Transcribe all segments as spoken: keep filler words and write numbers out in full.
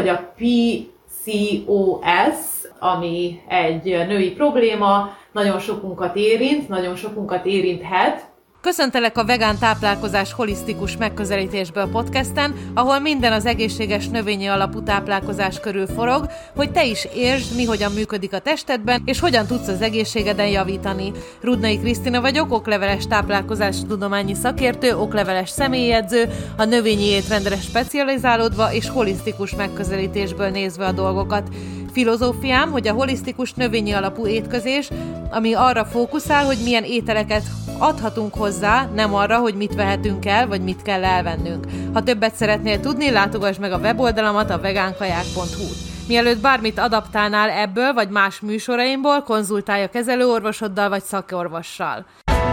hogy a pé cé o es, ami egy női probléma, nagyon sokunkat érint, nagyon sokunkat érinthet. Köszöntelek a Vegán Táplálkozás Holisztikus Megközelítésből podcasten, ahol minden az egészséges növényi alapú táplálkozás körül forog, hogy te is értsd, mi hogyan működik a testedben, és hogyan tudsz az egészségeden javítani. Rudnai Krisztina vagyok, okleveles táplálkozástudományi szakértő, okleveles személyedző, a növényi étrendre specializálódva és holisztikus megközelítésből nézve a dolgokat. Filozófiám, hogy a holisztikus növényi alapú étkezés, ami arra fókuszál, hogy milyen ételeket adhatunk hozzá, nem arra, hogy mit vehetünk el, vagy mit kell elvennünk. Ha többet szeretnél tudni, látogass meg a weboldalamat, a vegánkaják pont hu-t. Mielőtt bármit adaptálnál ebből, vagy más műsoraimból, konzultálj a kezelőorvosoddal, vagy szakorvossal.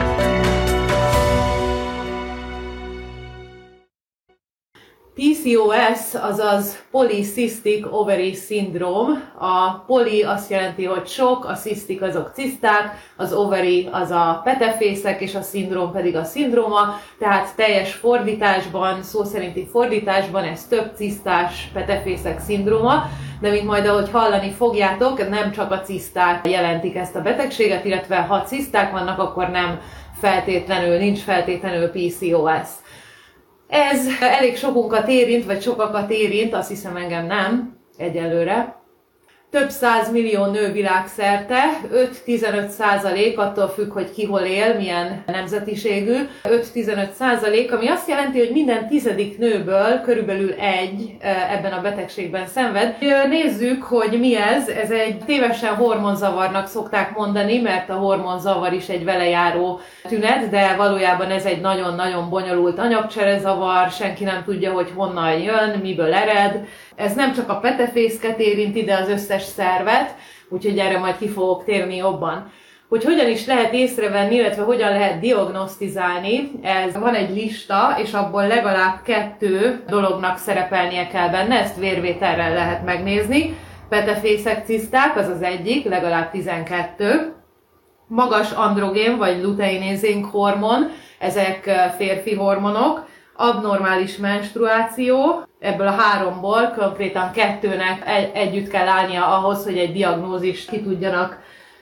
pé cé o es, azaz Polycystic Ovary Syndrome. A poly azt jelenti, hogy sok, a cystic azok ciszták, az ovary az a petefészek, és a szindróm pedig a szindróma, tehát teljes fordításban, szó szerinti fordításban ez több cisztás petefészek szindróma, de mint majd ahogy hallani fogjátok, nem csak a ciszták jelentik ezt a betegséget, illetve ha ciszták vannak, akkor nem feltétlenül, nincs feltétlenül pé cé o es. Ez elég sokunkat érint, vagy sokakat érint, azt hiszem engem nem, egyelőre. Több száz millió nő világszerte, öt-tizenöt százalék, attól függ, hogy ki hol él, milyen nemzetiségű, öt-tizenöt százalék, ami azt jelenti, hogy minden tizedik nőből körülbelül egy ebben a betegségben szenved. Nézzük, hogy mi ez. Ez egy tévesen hormonzavarnak szokták mondani, mert a hormonzavar is egy velejáró tünet, de valójában ez egy nagyon-nagyon bonyolult anyagcserezavar, senki nem tudja, hogy honnan jön, miből ered. Ez nem csak a petefészket érinti, de az összes szervet, úgyhogy erre majd ki fogok térni jobban. Hogy hogyan is lehet észrevenni, illetve hogyan lehet diagnosztizálni, ez van egy lista, és abból legalább kettő dolognak szerepelnie kell benne, ezt vérvételrel lehet megnézni. Petefészek, ciszták, az az egyik, legalább tizenkettő. Magas androgén vagy luteinézing hormon, ezek férfi hormonok. Abnormális menstruáció, ebből a háromból konkrétan kettőnek együtt kell állnia ahhoz, hogy egy diagnózist ki tudjanak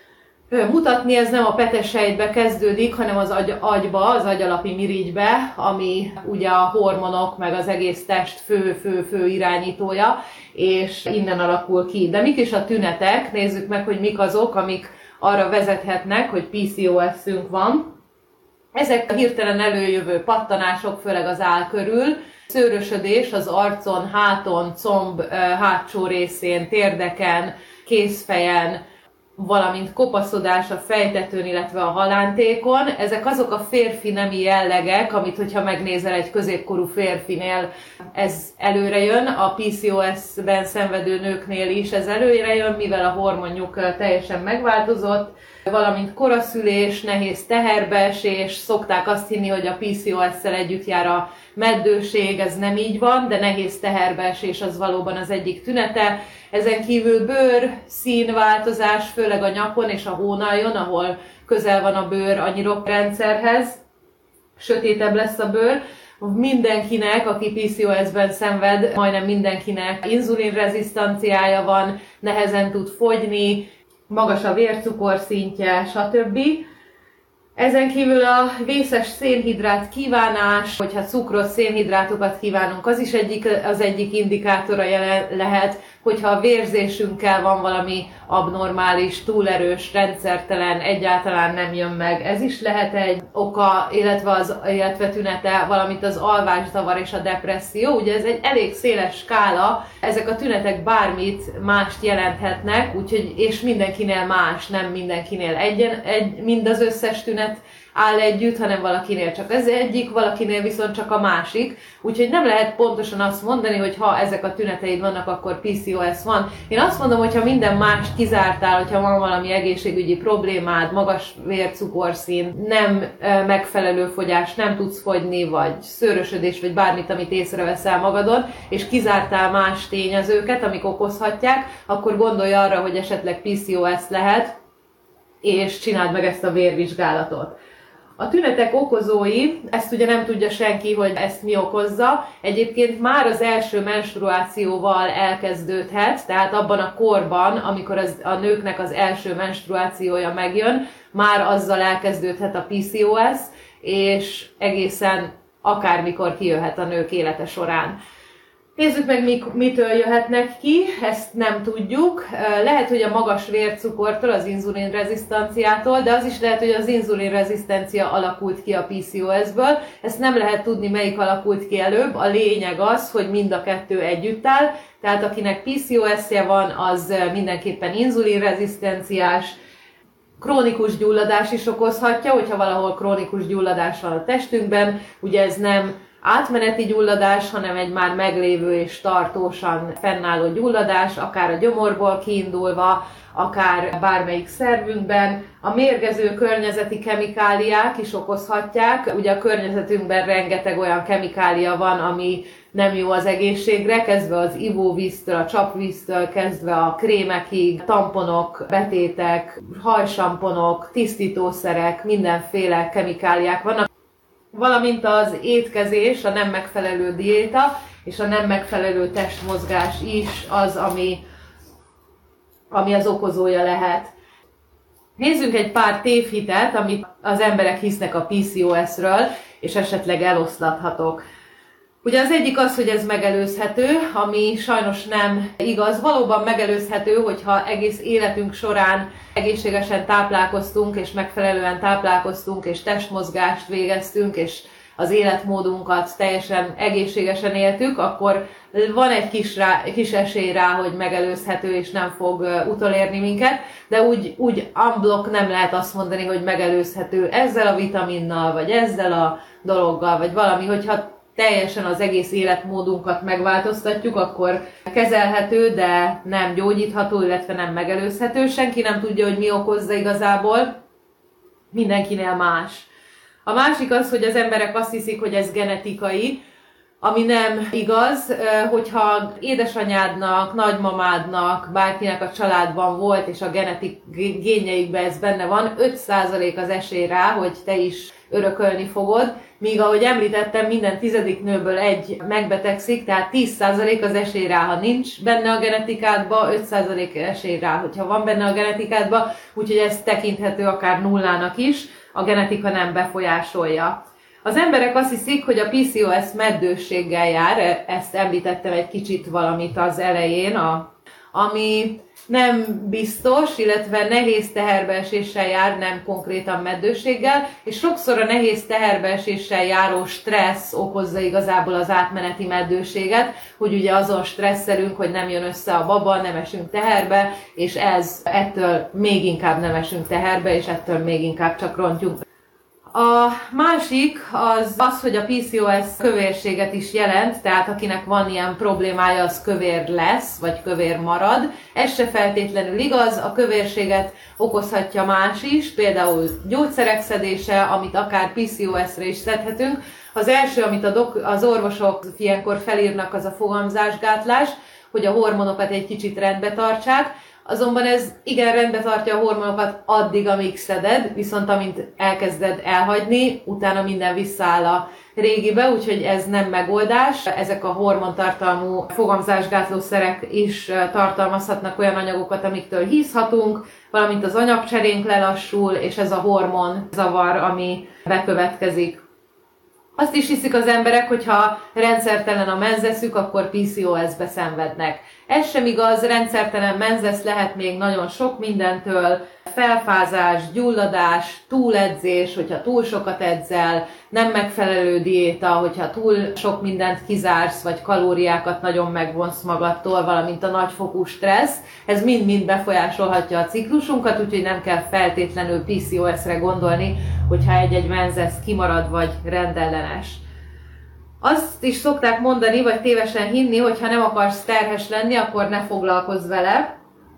mutatni. Ez nem a petesejtbe kezdődik, hanem az agy, agyba, az agyalapi mirigybe, ami ugye a hormonok meg az egész test fő-fő-fő irányítója, és innen alakul ki. De mik is a tünetek? Nézzük meg, hogy mik azok, amik arra vezethetnek, hogy pé cé o es-ünk van. Ezek a hirtelen előjövő pattanások, főleg az áll körül, szőrösödés az arcon, háton, comb hátsó részén, térdeken, kézfejen, valamint kopaszodás a fejtetőn, illetve a halántékon. Ezek azok a férfi nemi jellegek, amit hogyha megnézel egy középkorú férfinél, ez előre jön, a pé cé o es-ben szenvedő nőknél is ez előre jön, mivel a hormonjuk teljesen megváltozott, valamint koraszülés, nehéz teherbeesés, szokták azt hinni, hogy a pé cé o es-szel együtt jár a meddőség, ez nem így van, de nehéz teherbeesés az valóban az egyik tünete. Ezen kívül bőr, színváltozás, főleg a nyakon és a hónaljon, ahol közel van a bőr a nyirokrendszerhez, sötétebb lesz a bőr. Mindenkinek, aki pé cé o es-ben szenved, majdnem mindenkinek inzulinrezisztanciája van, nehezen tud fogyni, magas a vércukorszintje, stb. Ezen kívül a vészes szénhidrát kívánás, hogyha cukros szénhidrátokat kívánunk, az is egyik, az egyik indikátora jelen lehet, hogyha a vérzésünkkel van valami abnormális, túlerős, rendszertelen, egyáltalán nem jön meg. Ez is lehet egy oka, illetve, az, illetve tünete, valamint az alvászavar és a depresszió. Ugye ez egy elég széles skála, ezek a tünetek bármit mást jelenthetnek, úgyhogy, és mindenkinél más, nem mindenkinél egyen, egy, mind az összes tünet áll együtt, hanem valakinél csak ez egyik, valakinél viszont csak a másik. Úgyhogy nem lehet pontosan azt mondani, hogy ha ezek a tüneteid vannak, akkor pé cé o es van. Én azt mondom, hogy ha minden mást kizártál, hogyha van valami egészségügyi problémád, magas vércukorszín, nem megfelelő fogyás, nem tudsz fogyni, vagy szőrösödés, vagy bármit, amit észreveszel magadon, és kizártál más tényezőket, amik okozhatják, akkor gondolj arra, hogy esetleg pé cé o es lehet, és csináld meg ezt a vérvizsgálatot. A tünetek okozói, ezt ugye nem tudja senki, hogy ezt mi okozza, egyébként már az első menstruációval elkezdődhet, tehát abban a korban, amikor az, a nőknek az első menstruációja megjön, már azzal elkezdődhet a pé cé o es, és egészen akármikor kijöhet a nők élete során. Nézzük meg, mitől jöhetnek ki, ezt nem tudjuk. Lehet, hogy a magas vércukortól, az inzulinrezisztenciától, de az is lehet, hogy az inzulinrezisztencia alakult ki a pé cé o es-ből. Ezt nem lehet tudni, melyik alakult ki előbb. A lényeg az, hogy mind a kettő együtt áll. Tehát akinek pé cé o es-je van, az mindenképpen inzulinrezisztenciás. Krónikus gyulladás is okozhatja, hogyha valahol krónikus gyulladás van a testünkben. Ugye ez nem átmeneti gyulladás, hanem egy már meglévő és tartósan fennálló gyulladás, akár a gyomorból kiindulva, akár bármelyik szervünkben. A mérgező környezeti kemikáliák is okozhatják. Ugye a környezetünkben rengeteg olyan kemikália van, ami nem jó az egészségre, kezdve az ivóvíztől, a csapvíztől, kezdve a krémekig, tamponok, betétek, hajsamponok, tisztítószerek, mindenféle kemikáliák vannak. Valamint az étkezés, a nem megfelelő diéta és a nem megfelelő testmozgás is az, ami, ami az okozója lehet. Nézzünk egy pár tévhitet, amit az emberek hisznek a pé cé o es-ről, és esetleg eloszlathatok. Ugye az egyik az, hogy ez megelőzhető, ami sajnos nem igaz. Valóban megelőzhető, hogyha egész életünk során egészségesen táplálkoztunk, és megfelelően táplálkoztunk, és testmozgást végeztünk, és az életmódunkat teljesen egészségesen éltük, akkor van egy kis, rá, kis esély rá, hogy megelőzhető, és nem fog utolérni minket, de úgy, úgy unblock nem lehet azt mondani, hogy megelőzhető ezzel a vitaminnal, vagy ezzel a dologgal, vagy valami, hogyha teljesen az egész életmódunkat megváltoztatjuk, akkor kezelhető, de nem gyógyítható, illetve nem megelőzhető. Senki nem tudja, hogy mi okozza igazából, mindenkinél más. A másik az, hogy az emberek azt hiszik, hogy ez genetikai, ami nem igaz, hogyha édesanyádnak, nagymamádnak, bárkinek a családban volt, és a genetik génjeikben ez benne van, öt százalék az esély rá, hogy te is örökölni fogod, míg ahogy említettem, minden tizedik nőből egy megbetegszik, tehát tíz százalék az esély rá, ha nincs benne a genetikádba, öt százalék esély rá, hogyha van benne a genetikádba, úgyhogy ez tekinthető akár nullának is, a genetika nem befolyásolja. Az emberek azt hiszik, hogy a pé cé o es meddősséggel jár, ezt említettem egy kicsit valamit az elején, a, ami nem biztos, illetve nehéz teherbeeséssel jár, nem konkrétan meddősséggel, és sokszor a nehéz teherbeeséssel járó stressz okozza igazából az átmeneti meddőséget, hogy ugye azon stresszelünk, hogy nem jön össze a baba, nem esünk teherbe, és ez ettől még inkább nem esünk teherbe, és ettől még inkább csak rontjunk. A másik az az, hogy a pé cé o es kövérséget is jelent, tehát akinek van ilyen problémája, az kövér lesz, vagy kövér marad. Ez se feltétlenül igaz, a kövérséget okozhatja más is, például gyógyszerek szedése, amit akár pé cé o es-re is szedhetünk. Az első, amit a dok- az orvosok ilyenkor felírnak, az a fogamzásgátlás, hogy a hormonokat egy kicsit rendbe tartsák. Azonban ez igen rendbe tartja a hormonokat addig, amíg szeded, viszont amint elkezded elhagyni, utána minden visszaáll a régibe, úgyhogy ez nem megoldás. Ezek a hormontartalmú fogamzásgátlószerek is tartalmazhatnak olyan anyagokat, amiktől hízhatunk, valamint az anyagcserénk lelassul, és ez a hormon zavar, ami bekövetkezik. Azt is hiszik az emberek, hogy ha rendszertelen a menzeszük, akkor pé cé o es-be szenvednek. Ez sem igaz, rendszertelen menzesz lehet még nagyon sok mindentől, felfázás, gyulladás, túledzés, hogyha túl sokat edzel, nem megfelelő diéta, hogyha túl sok mindent kizársz, vagy kalóriákat nagyon megvonsz magadtól, valamint a nagyfokú stressz. Ez mind-mind befolyásolhatja a ciklusunkat, úgyhogy nem kell feltétlenül pé cé o es-re gondolni, hogyha egy-egy menzesz kimarad, vagy rendellenes. Azt is szokták mondani, vagy tévesen hinni, hogy ha nem akarsz terhes lenni, akkor ne foglalkozz vele.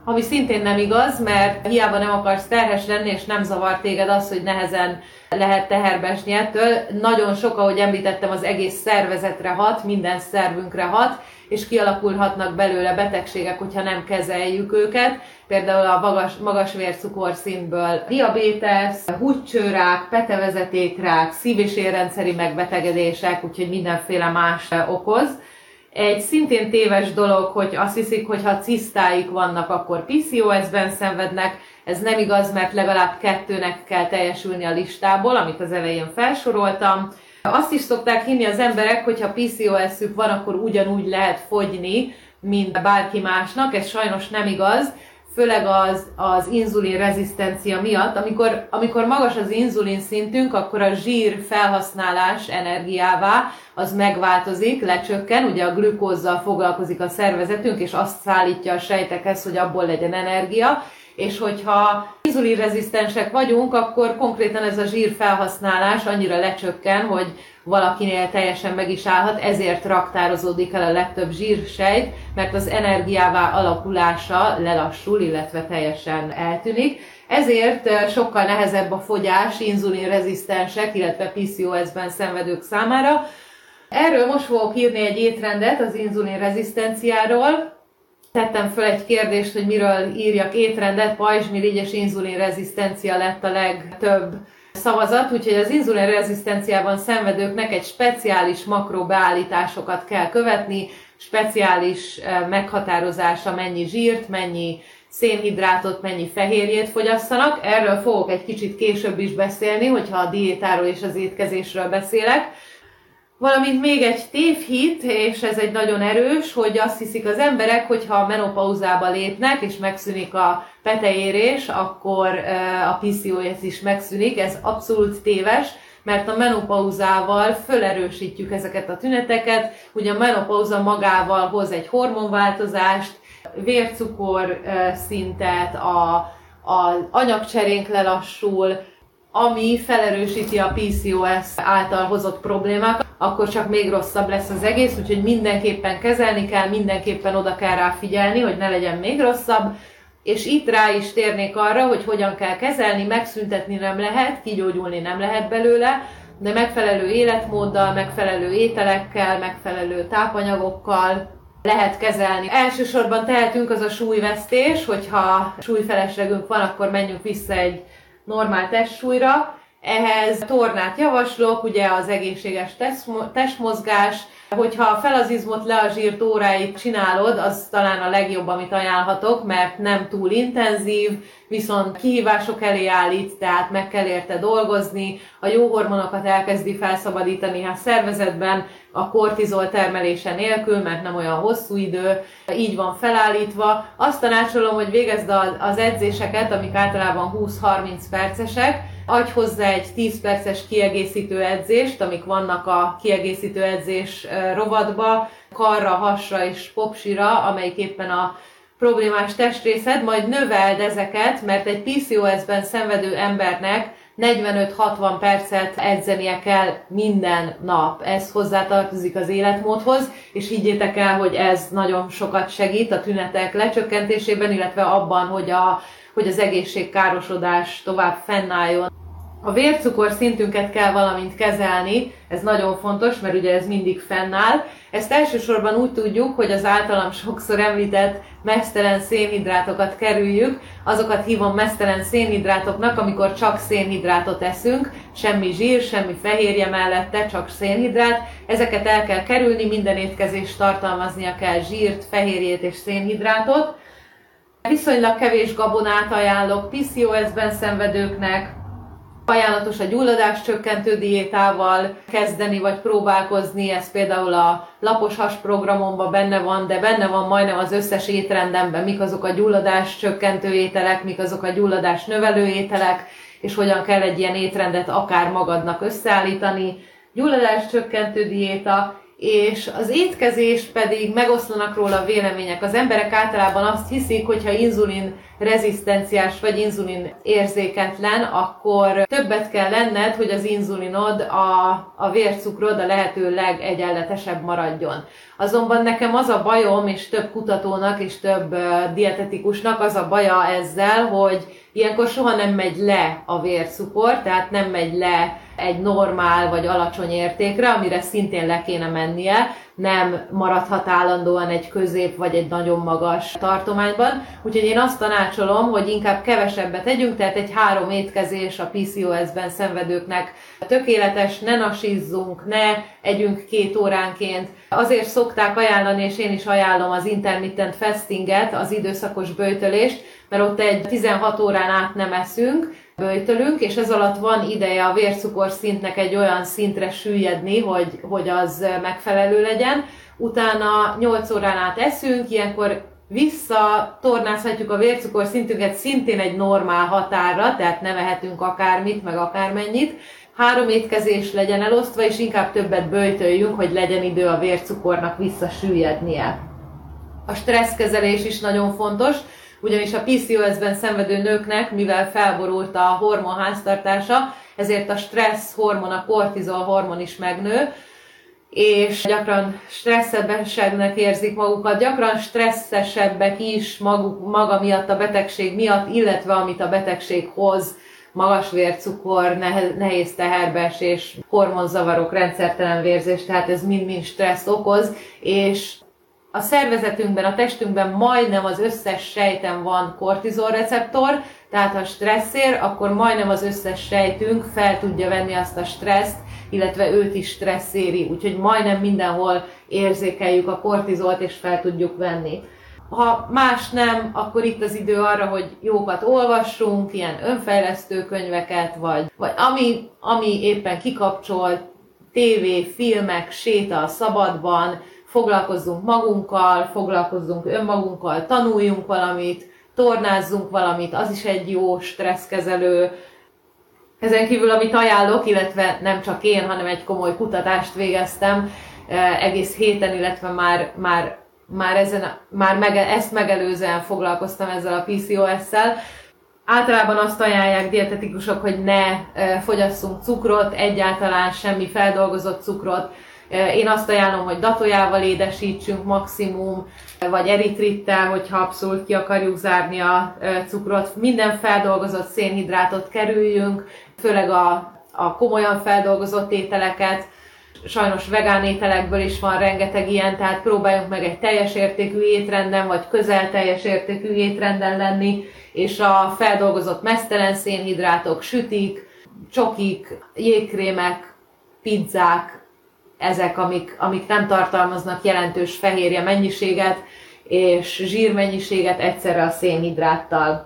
Ami szintén nem igaz, mert hiába nem akarsz terhes lenni, és nem zavar téged az, hogy nehezen lehet teherbe esni ettől. Nagyon sok, ahogy említettem, az egész szervezetre hat, minden szervünkre hat, és kialakulhatnak belőle betegségek, hogyha nem kezeljük őket. Például a magas, magas vércukorszintből diabétesz, húgycsőrák, petevezetékrák, szív- és érrendszeri megbetegedések, úgyhogy mindenféle más okoz. Egy szintén téves dolog, hogy azt hiszik, hogy ha cisztáik vannak, akkor pé cé o es-ben szenvednek. Ez nem igaz, mert legalább kettőnek kell teljesülni a listából, amit az elején felsoroltam. Azt is szokták hinni az emberek, hogy ha pé cé o es-ük van, akkor ugyanúgy lehet fogyni, mint bárki másnak. Ez sajnos nem igaz, főleg az, az inzulin rezisztencia miatt. Amikor, amikor magas az inzulin szintünk, akkor a zsír felhasználás energiává az megváltozik, lecsökken, ugye a glükózzal foglalkozik a szervezetünk, és azt szállítja a sejtekhez, hogy abból legyen energia, és hogyha inzulinrezisztensek vagyunk, akkor konkrétan ez a zsír felhasználás annyira lecsökken, hogy valakinél teljesen meg is állhat, ezért raktározódik el a legtöbb zsírsejt, mert az energiává alakulása lelassul, illetve teljesen eltűnik. Ezért sokkal nehezebb a fogyás inzulinrezisztensek, illetve pé cé o es-ben szenvedők számára. Erről most fogok írni egy étrendet az inzulinrezisztenciáról. Tettem föl egy kérdést, hogy miről írjak étrendet, pajzsmirigy és inzulinrezisztencia lett a legtöbb szavazat, úgyhogy az inzulinrezisztenciában szenvedőknek egy speciális makrobeállításokat kell követni, speciális meghatározása, mennyi zsírt, mennyi szénhidrátot, mennyi fehérjét fogyasszanak. Erről fogok egy kicsit később is beszélni, hogyha a diétáról és az étkezésről beszélek. Valamint még egy tévhit, és ez egy nagyon erős, hogy azt hiszik az emberek, hogy ha a menopauzába lépnek, és megszűnik a peteérés, akkor a pé cé o es is megszűnik. Ez abszolút téves, mert a menopauzával fölerősítjük ezeket a tüneteket. Ugye a menopauza magával hoz egy hormonváltozást, vércukor szintet, a, a anyagcserénk lelassul, ami felerősíti a pé cé o es által hozott problémákat, akkor csak még rosszabb lesz az egész, úgyhogy mindenképpen kezelni kell, mindenképpen oda kell rá figyelni, hogy ne legyen még rosszabb, és itt rá is térnék arra, hogy hogyan kell kezelni, megszüntetni nem lehet, kigyógyulni nem lehet belőle, de megfelelő életmóddal, megfelelő ételekkel, megfelelő tápanyagokkal lehet kezelni. Elsősorban tehetünk az a súlyvesztés, hogyha súlyfeleslegünk van, akkor menjünk vissza egy normál testsúlyra. Ehhez tornát javaslok, ugye az egészséges testmozgás. Hogyha a fel az izmot, le a zsírt óráig csinálod, az talán a legjobb, amit ajánlhatok, mert nem túl intenzív, viszont kihívások elé állít, tehát meg kell érte dolgozni, a jó hormonokat elkezdi felszabadítani a szervezetben, a kortizol termelése nélkül, mert nem olyan hosszú idő, így van felállítva. Azt tanácsolom, hogy végezd az edzéseket, amik általában húsz-harminc percesek, adj hozzá egy tíz perces kiegészítő edzést, amik vannak a kiegészítő edzés rovatba, karra, hasra és popsira, amelyik éppen a problémás testrészed, majd növeld ezeket, mert egy pé cé o es-ben szenvedő embernek negyvenöt-hatvan percet edzenie kell minden nap. Ez hozzátartozik az életmódhoz, és higgyétek el, hogy ez nagyon sokat segít a tünetek lecsökkentésében, illetve abban, hogy, a, hogy az egészségkárosodás tovább fennálljon. A vércukor szintünket kell valamint kezelni, ez nagyon fontos, mert ugye ez mindig fennáll. Ezt elsősorban úgy tudjuk, hogy az általam sokszor említett meztelen szénhidrátokat kerüljük. Azokat hívom meztelen szénhidrátoknak, amikor csak szénhidrátot eszünk, semmi zsír, semmi fehérje mellette, csak szénhidrát. Ezeket el kell kerülni, minden étkezés tartalmaznia kell zsírt, fehérjét és szénhidrátot. Viszonylag kevés gabonát ajánlok pé cé o es-ben szenvedőknek. Ajánlatos a gyulladáscsökkentő diétával kezdeni vagy próbálkozni, ez például a lapos has programomban benne van, de benne van majdnem az összes étrendemben, mik azok a gyulladáscsökkentő ételek, mik azok a gyulladás növelő ételek, és hogyan kell egy ilyen étrendet akár magadnak összeállítani. Gyulladáscsökkentő diéta, és az étkezés pedig megoszlanak róla a vélemények. Az emberek általában azt hiszik, hogy ha inzulin rezisztenciás vagy inzulin érzéketlen, akkor többet kell lenned, hogy az inzulinod, a, a vércukrod a lehető legegyenletesebb maradjon. Azonban nekem az a bajom, és több kutatónak és több uh, dietetikusnak az a baja ezzel, hogy ilyenkor soha nem megy le a vércukor, tehát nem megy le egy normál vagy alacsony értékre, amire szintén le kéne mennie, nem maradhat állandóan egy közép vagy egy nagyon magas tartományban. Úgyhogy én azt tanácsolom, hogy inkább kevesebbet tegyünk, tehát egy három étkezés a pé cé o es-ben szenvedőknek tökéletes, ne nasizzunk, ne együnk két óránként. Azért szokták ajánlani, és én is ajánlom az intermittent fastinget, az időszakos böjtölést, mert ott egy tizenhat órán át nem eszünk, böjtölünk, és ez alatt van ideje a vércukorszintnek egy olyan szintre süllyedni, hogy, hogy az megfelelő legyen. Utána nyolc órán át eszünk, ilyenkor visszatornázhatjuk a vércukorszintünket szintén egy normál határra, tehát nem ehetünk akármit, meg akármennyit. Három étkezés legyen elosztva, és inkább többet böjtöljünk, hogy legyen idő a vércukornak visszasüllyednie. A stresszkezelés is nagyon fontos, ugyanis a pé cé o es-ben szenvedő nőknek, mivel felborult a hormonháztartása, ezért a stressz hormon, a kortizol hormon is megnő, és gyakran stresszesebbnek érzik magukat, gyakran stresszesebbek is maguk, maga miatt, a betegség miatt, illetve amit a betegség hoz, magas vércukor, nehéz teherbeesés, hormonzavarok, rendszertelen vérzés, tehát ez mind-mind stresszt okoz, és a szervezetünkben, a testünkben majdnem az összes sejten van kortizolreceptor, tehát ha stressz ér, akkor majdnem az összes sejtünk fel tudja venni azt a stresszt, illetve őt is stressz éri, úgyhogy majdnem mindenhol érzékeljük a kortizolt és fel tudjuk venni. Ha más nem, akkor itt az idő arra, hogy jókat olvassunk, ilyen önfejlesztő könyveket, vagy, vagy ami, ami éppen kikapcsol, tévé, filmek, séta a szabadban, foglalkozzunk magunkkal, foglalkozzunk önmagunkkal, tanuljunk valamit, tornázzunk valamit, az is egy jó stresszkezelő. Ezen kívül, amit ajánlok, illetve nem csak én, hanem egy komoly kutatást végeztem egész héten, illetve már, már, már, ezen, már mege, ezt megelőzően foglalkoztam ezzel a pé cé o es-szel. Általában azt ajánlják dietetikusok, hogy ne fogyasszunk cukrot, egyáltalán semmi feldolgozott cukrot. Én azt ajánlom, hogy datójával édesítsünk maximum, vagy eritrittel, hogyha abszolút ki akarjuk zárni a cukrot. Minden feldolgozott szénhidrátot kerüljünk, főleg a, a komolyan feldolgozott ételeket. Sajnos vegán ételekből is van rengeteg ilyen, tehát próbáljunk meg egy teljes értékű étrenden, vagy közel teljes értékű étrenden lenni, és a feldolgozott meztelen szénhidrátok, sütik, csokik, jégkrémek, pizzák, ezek, amik, amik nem tartalmaznak jelentős fehérje mennyiséget és zsírmennyiséget egyszerre a szénhidráttal.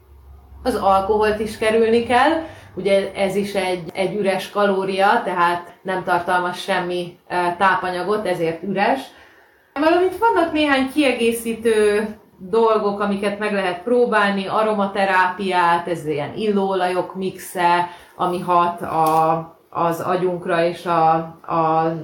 Az alkoholt is kerülni kell, ugye ez is egy, egy üres kalória, tehát nem tartalmaz semmi tápanyagot, ezért üres. Valamint vannak néhány kiegészítő dolgok, amiket meg lehet próbálni, aromaterápiát, ez ilyen illóolajok mixe, ami hat a az agyunkra és a, a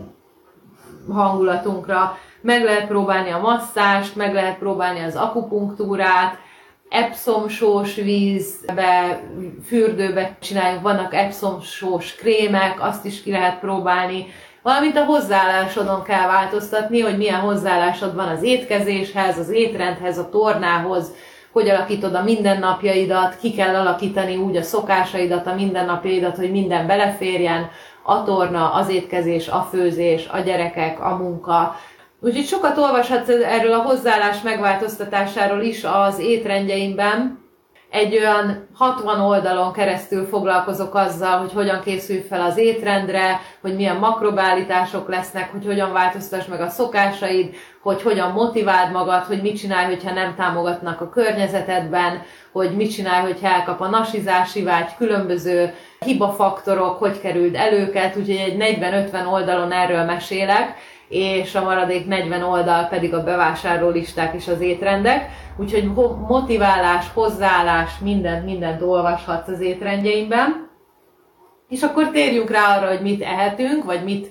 hangulatunkra. Meg lehet próbálni a masszást, meg lehet próbálni az akupunktúrát, Epsom sós vízbe, fürdőbe csináljuk, vannak Epsom sós krémek, azt is ki lehet próbálni. Valamint a hozzáállásodon kell változtatni, hogy milyen hozzáállásod van az étkezéshez, az étrendhez, a tornához, hogy alakítod a mindennapjaidat, ki kell alakítani úgy a szokásaidat, a mindennapjaidat, hogy minden beleférjen, a torna, az étkezés, a főzés, a gyerekek, a munka. Úgyhogy sokat olvashatsz erről a hozzáállás megváltoztatásáról is az étrendjeimben. Egy olyan hatvan oldalon keresztül foglalkozok azzal, hogy hogyan készülj fel az étrendre, hogy milyen makrobeállítások lesznek, hogy hogyan változtass meg a szokásaid, hogy hogyan motiváld magad, hogy mit csinálj, hogyha nem támogatnak a környezetedben, hogy mit csinálj, hogyha elkap a nasizási vágy, különböző hibafaktorok, hogy kerüld el őket, úgyhogy egy negyven-ötven oldalon erről mesélek, és a maradék negyven oldal pedig a bevásárlólisták és az étrendek, úgyhogy motiválás, hozzáállás, mindent, mindent olvashatsz az étrendjeimben. És akkor térjünk rá arra, hogy mit ehetünk, vagy mit,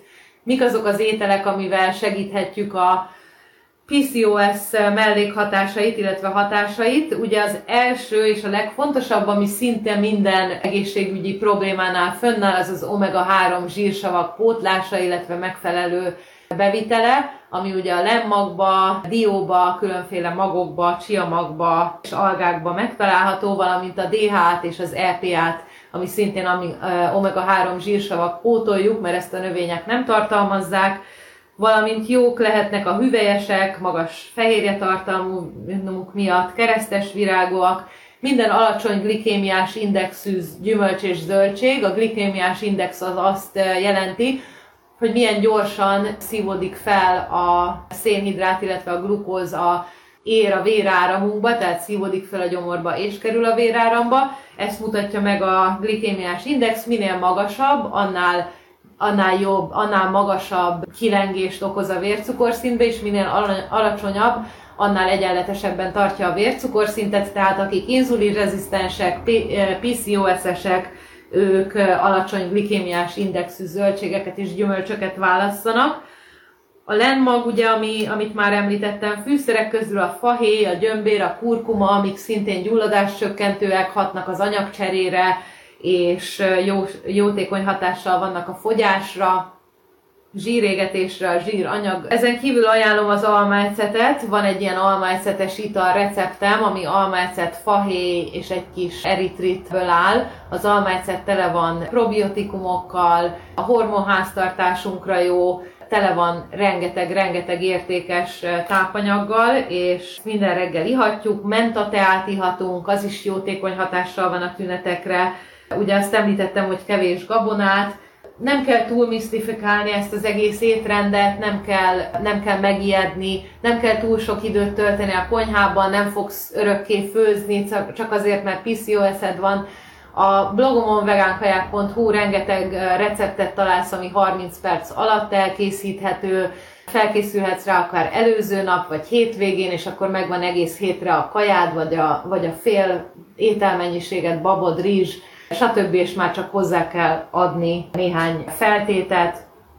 mik azok az ételek, amivel segíthetjük a pé cé o es mellékhatásait, illetve hatásait. Ugye az első és a legfontosabb, ami szinte minden egészségügyi problémánál fönnáll, az az omega három zsírsavak pótlása, illetve megfelelő bevitele, ami ugye a lemmagba, dióba, különféle magokba, csiamagba és algákba megtalálható, valamint a dé há á-t és az é pé á-t, ami szintén omega három zsírsavak pótoljuk, mert ezt a növények nem tartalmazzák, valamint jók lehetnek a hüvelyesek, magas fehérjetartalmuk miatt, keresztes virágúak, minden alacsony glikémiás indexű gyümölcs és zöldség. A glikémiás index az azt jelenti, hogy milyen gyorsan szívódik fel a szénhidrát, illetve a glukóz a ér a véráramunkba, tehát szívódik fel a gyomorba és kerül a véráramba. Ezt mutatja meg a glikémiás index, minél magasabb, annál annál jobb, annál magasabb kilengést okoz a vércukorszintbe, és minél alacsonyabb, annál egyenletesebben tartja a vércukorszintet, tehát akik inzulinrezisztensek, pé cé o es-esek, ők alacsony glikémiás indexű zöldségeket és gyümölcsöket válasszanak. A lenmag, ugye, ami, amit már említettem, fűszerek közül a fahéj, a gyömbér, a kurkuma, amik szintén gyulladáscsökkentőek, hatnak az anyagcserére, és jó, jótékony hatással vannak a fogyásra, zsírégetésre, a zsíranyag. Ezen kívül ajánlom az almaecetet, van egy ilyen almaecetes ital receptem, ami almaecet, fahéj és egy kis eritritből áll. Az almaecet tele van probiotikumokkal, a hormonháztartásunkra jó, tele van rengeteg-rengeteg értékes tápanyaggal, és minden reggel ihatjuk, mentateát ihatunk, az is jótékony hatással van a tünetekre. Ugye azt említettem, hogy kevés gabonát, nem kell túl misztifikálni ezt az egész étrendet, nem kell, nem kell megijedni, nem kell túl sok időt tölteni a konyhában, nem fogsz örökké főzni, csak azért, mert pé cé o es-ed van. A blogomon vegánkaják pont hu rengeteg receptet találsz, ami harminc perc alatt elkészíthető, felkészülhetsz rá akár előző nap, vagy hétvégén, és akkor megvan egész hétre a kajád, vagy a, vagy a fél ételmennyiséget, babod, rizs, stb. És már csak hozzá kell adni néhány feltételt.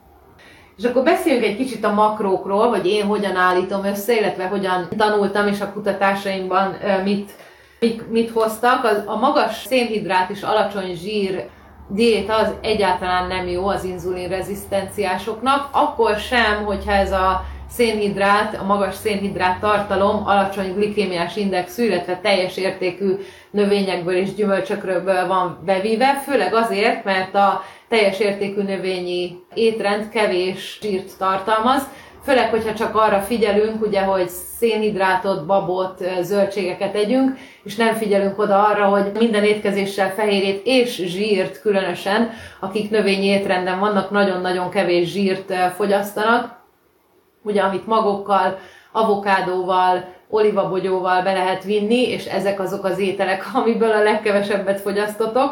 És akkor beszéljünk egy kicsit a makrókról, hogy én hogyan állítom össze, illetve hogyan tanultam, és a kutatásaimban mit, mit, mit hoztak. A magas szénhidrát és alacsony zsír diéta az egyáltalán nem jó az inzulinrezisztenciásoknak, akkor sem, hogyha ez a szénhidrát, a magas szénhidrát tartalom alacsony glikémiás indexű, illetve teljes értékű növényekből és gyümölcsökről van bevíve, főleg azért, mert a teljes értékű növényi étrend kevés zsírt tartalmaz, főleg, hogyha csak arra figyelünk, ugye, hogy szénhidrátot, babot, zöldségeket együnk, és nem figyelünk oda arra, hogy minden étkezéssel fehérjét és zsírt különösen, akik növényi étrenden vannak, nagyon-nagyon kevés zsírt fogyasztanak, ugye, amit magokkal, avokádóval, olivabogyóval be lehet vinni, és ezek azok az ételek, amiből a legkevesebbet fogyasztotok.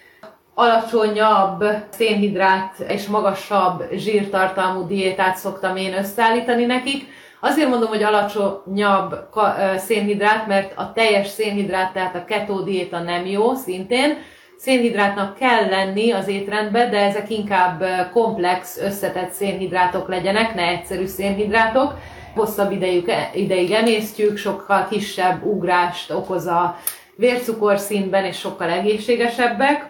Alacsonyabb szénhidrát és magasabb zsírtartalmú diétát szoktam én összeállítani nekik. Azért mondom, hogy alacsonyabb szénhidrát, mert a teljes szénhidrát, tehát a ketó diéta nem jó szintén. Szénhidrátnak kell lenni az étrendben, de ezek inkább komplex, összetett szénhidrátok legyenek, ne egyszerű szénhidrátok. Hosszabb idejük, ideig emésztjük, sokkal kisebb ugrást okoz a vércukorszintben, és sokkal egészségesebbek.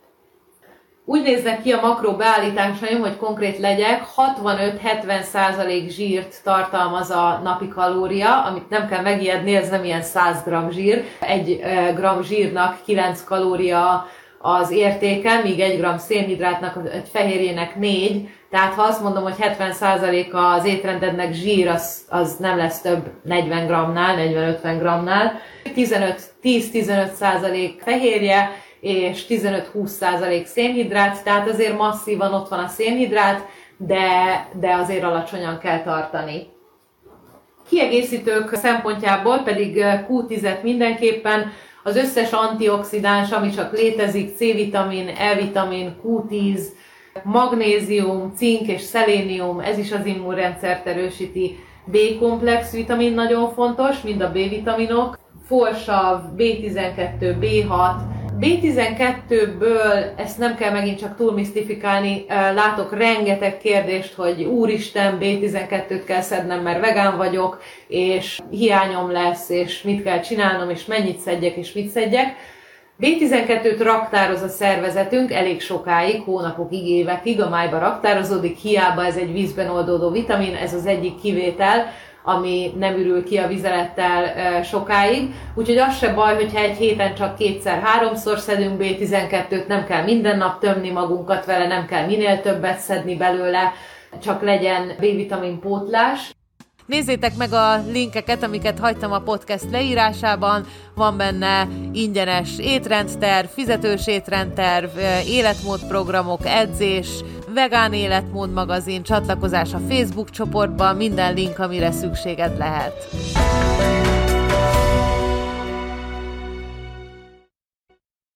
Úgy néznek ki a makró beállításaim, hogy konkrét legyek, hatvanöt-hetven százalék zsírt tartalmaz a napi kalória, amit nem kell megijedni, ez nem ilyen száz gramm zsír. Egy gramm zsírnak kilenc kalória az értéke, míg egy gramm szénhidrátnak, egy fehérjének négy. Tehát ha azt mondom, hogy hetven százalék az étrendednek zsír, az, az nem lesz több negyven grammnál, negyven-ötven grammnál. tíz-tizenöt százalék fehérje, és tizenöt-húsz százalék szénhidrát, tehát azért masszívan ott van a szénhidrát, de, de azért alacsonyan kell tartani. Kiegészítők szempontjából pedig kú tízet mindenképpen, az összes antioxidáns, ami csak létezik, C-vitamin, E-vitamin, kú tíz, magnézium, cink és szelénium, ez is az immunrendszert erősíti. B-komplex vitamin nagyon fontos, mind a B-vitaminok, folsav, bé tizenkettő, bé hat, bé tizenkettőből, ezt nem kell megint csak túl misztifikálni, látok rengeteg kérdést, hogy úristen, bé tizenkettőt kell szednem, mert vegán vagyok, és hiányom lesz, és mit kell csinálnom, és mennyit szedjek, és mit szedjek. bé tizenkettőt raktároz a szervezetünk elég sokáig, hónapokig, évekig a májba raktározódik, hiába ez egy vízben oldódó vitamin, ez az egyik kivétel, ami nem ürül ki a vizelettel sokáig. Úgyhogy az se baj, hogyha egy héten csak kétszer-háromszor szedünk bé tizenkettőt, nem kell minden nap tömni magunkat vele, nem kell minél többet szedni belőle, csak legyen B-vitamin pótlás. Nézzétek meg a linkeket, amiket hagytam a podcast leírásában, van benne ingyenes étrendterv, fizetős étrendterv, életmódprogramok, edzés, vegán életmód magazin, csatlakozás a Facebook csoportban, minden link, amire szükséged lehet.